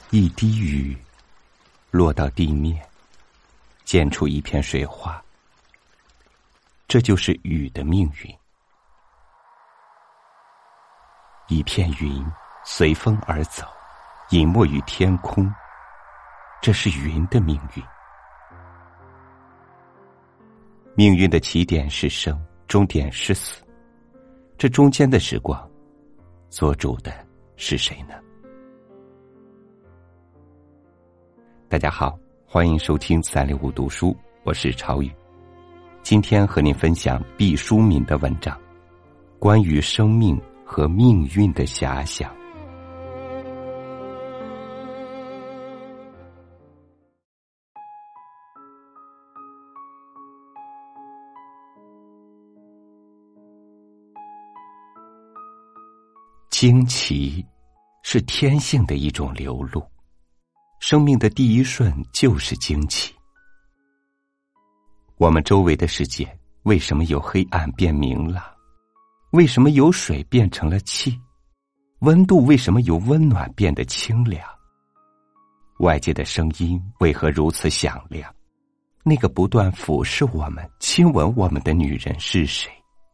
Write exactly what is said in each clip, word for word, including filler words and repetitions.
一滴雨落到地面，溅出一片水花，这就是雨的命运。一片云随风而走，隐没于天空，这是云的命运。命运的起点是生，终点是死，这中间的时光，做主的是谁呢？大家好，欢迎收听三六五读书，我是超宇。今天和您分享毕淑敏的文章，关于生命和命运的遐想。惊奇是天性的一种流露，生命的第一瞬就是惊奇。我们周围的世界为什么由黑暗变明朗？为什么由水变成了气？温度为什么由温暖变得清凉？外界的声音为何如此响亮？那个不断俯视我们、亲吻我们的女人是谁？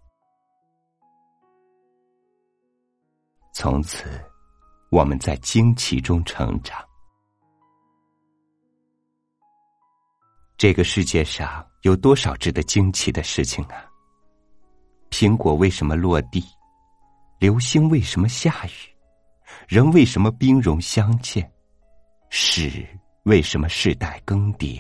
从此，我们在惊奇中成长。这个世界上有多少值得惊奇的事情啊？苹果为什么落地？流星为什么下雨？人为什么兵戎相见？史为什么世代更迭？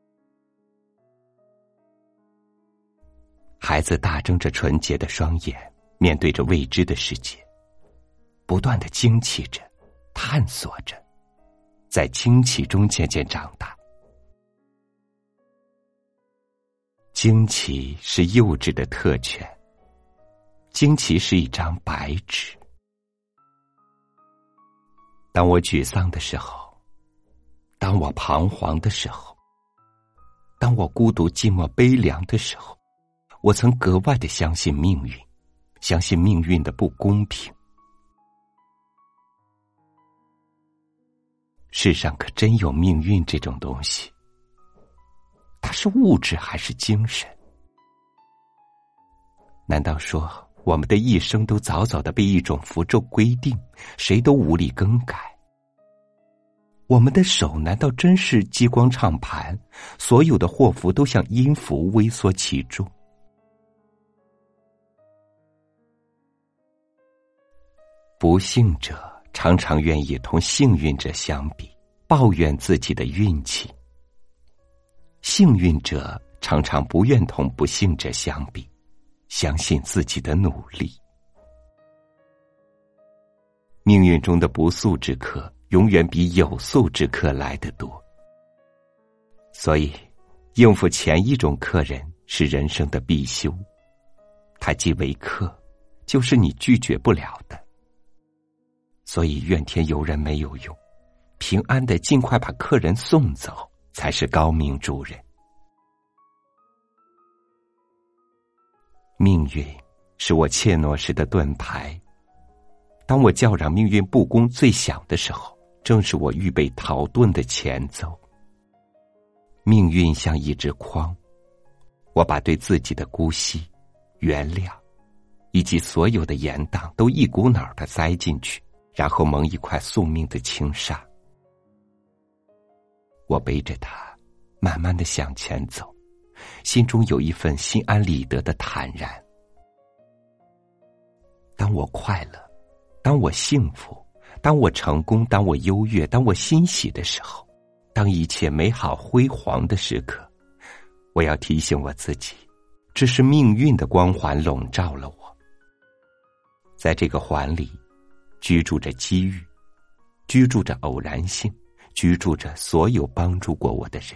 孩子大睁着纯洁的双眼，面对着未知的世界，不断地惊奇着，探索着，在惊奇中渐渐长大。惊奇是幼稚的特权，惊奇是一张白纸。当我沮丧的时候，当我彷徨的时候，当我孤独寂寞悲凉的时候，我曾格外的相信命运，相信命运的不公平。世上可真有命运这种东西，它是物质还是精神？难道说我们的一生都早早的被一种符咒规定，谁都无力更改？我们的手难道真是激光唱盘，所有的祸福都像音符微缩其中？不幸者常常愿意同幸运者相比，抱怨自己的运气；幸运者常常不愿同不幸者相比，相信自己的努力。命运中的不速之客，永远比有速之客来得多。所以，应付前一种客人是人生的必修，他既为客，就是你拒绝不了的。所以怨天尤人没有用，平安的尽快把客人送走，才是高明主人。命运是我怯懦时的盾牌，当我叫嚷命运不公最响的时候，正是我预备逃遁的前奏。命运像一只筐，我把对自己的姑息、原谅以及所有的严当都一股脑的塞进去，然后蒙一块宿命的轻纱。我背着它慢慢的向前走，心中有一份心安理得的坦然。当我快乐，当我幸福，当我成功，当我优越，当我欣喜的时候，当一切美好辉煌的时刻，我要提醒我自己，这是命运的光环笼罩了我。在这个环里居住着机遇，居住着偶然性，居住着所有帮助过我的人。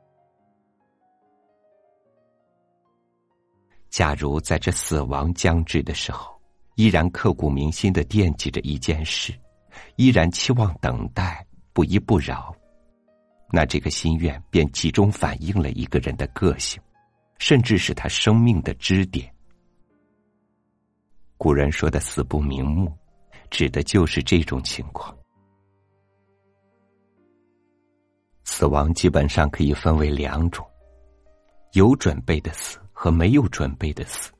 假如在这死亡将至的时候，依然刻骨铭心地惦记着一件事，依然期望等待，不依不饶，那这个心愿便集中反映了一个人的个性，甚至是他生命的支点。古人说的死不瞑目，指的就是这种情况。 死亡基本上可以分为两种，有准备的死和没有准备的死。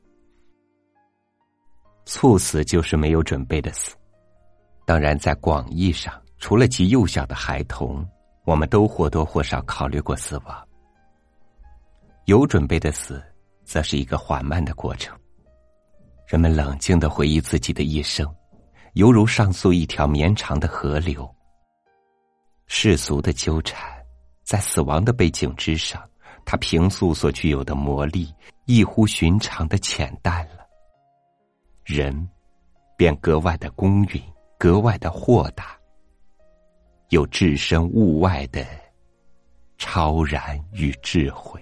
猝死就是没有准备的死。当然在广义上，除了极幼小的孩童，我们都或多或少考虑过死亡。有准备的死则是一个缓慢的过程，人们冷静地回忆自己的一生，犹如上溯一条绵长的河流。世俗的纠缠，在死亡的背景之上，它平素所具有的魔力异乎寻常的浅淡了，人便格外的公允，格外的豁达，有置身物外的超然与智慧。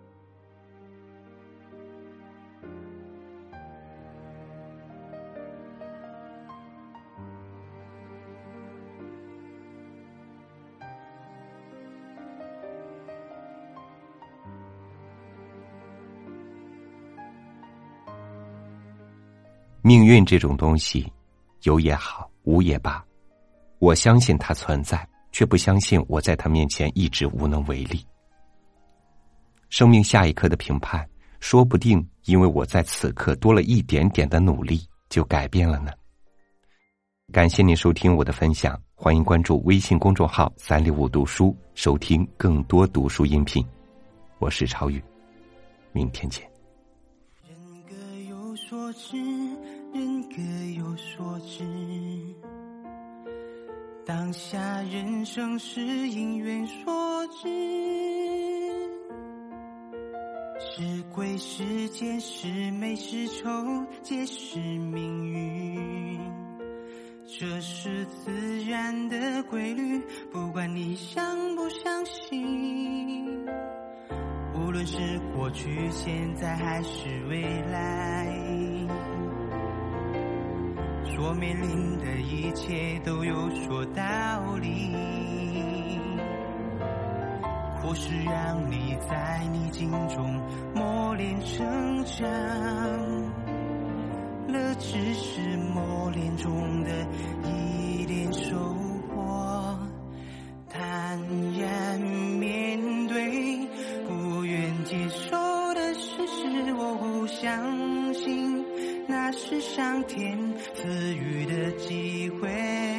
命运这种东西，有也好，无也罢，我相信它存在，却不相信我在它面前一直无能为力。生命下一刻的评判，说不定因为我在此刻多了一点点的努力，就改变了呢。感谢您收听我的分享，欢迎关注微信公众号三六五读书，收听更多读书音频。我是超宇，明天见。 人各有所知，人各有所知，当下人生是因缘所致，是贵是贱，是美是丑，皆是命运，这是自然的规律，不管你相不相信，无论是过去现在还是未来，所面临的一切都有所道理，或是让你在逆境中磨练成长，乐只是磨练中的一点收获，坦然面对不愿接受的事实，我相信那是上天赐予的机会，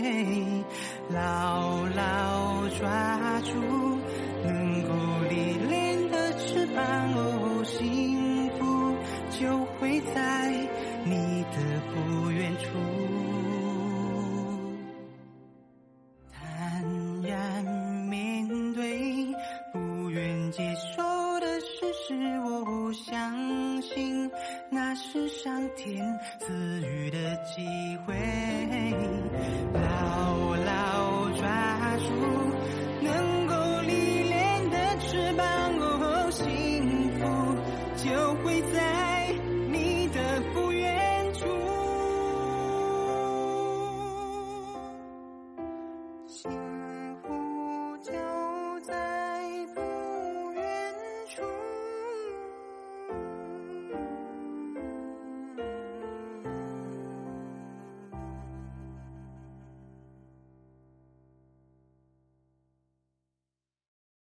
牢牢抓住能够历练的翅膀，哦，幸福就会在你的不远处，坦然面对不愿接受的事实，我相信那是上天赐予的机会，牢牢抓住能够历练的翅膀，哦，幸福就会在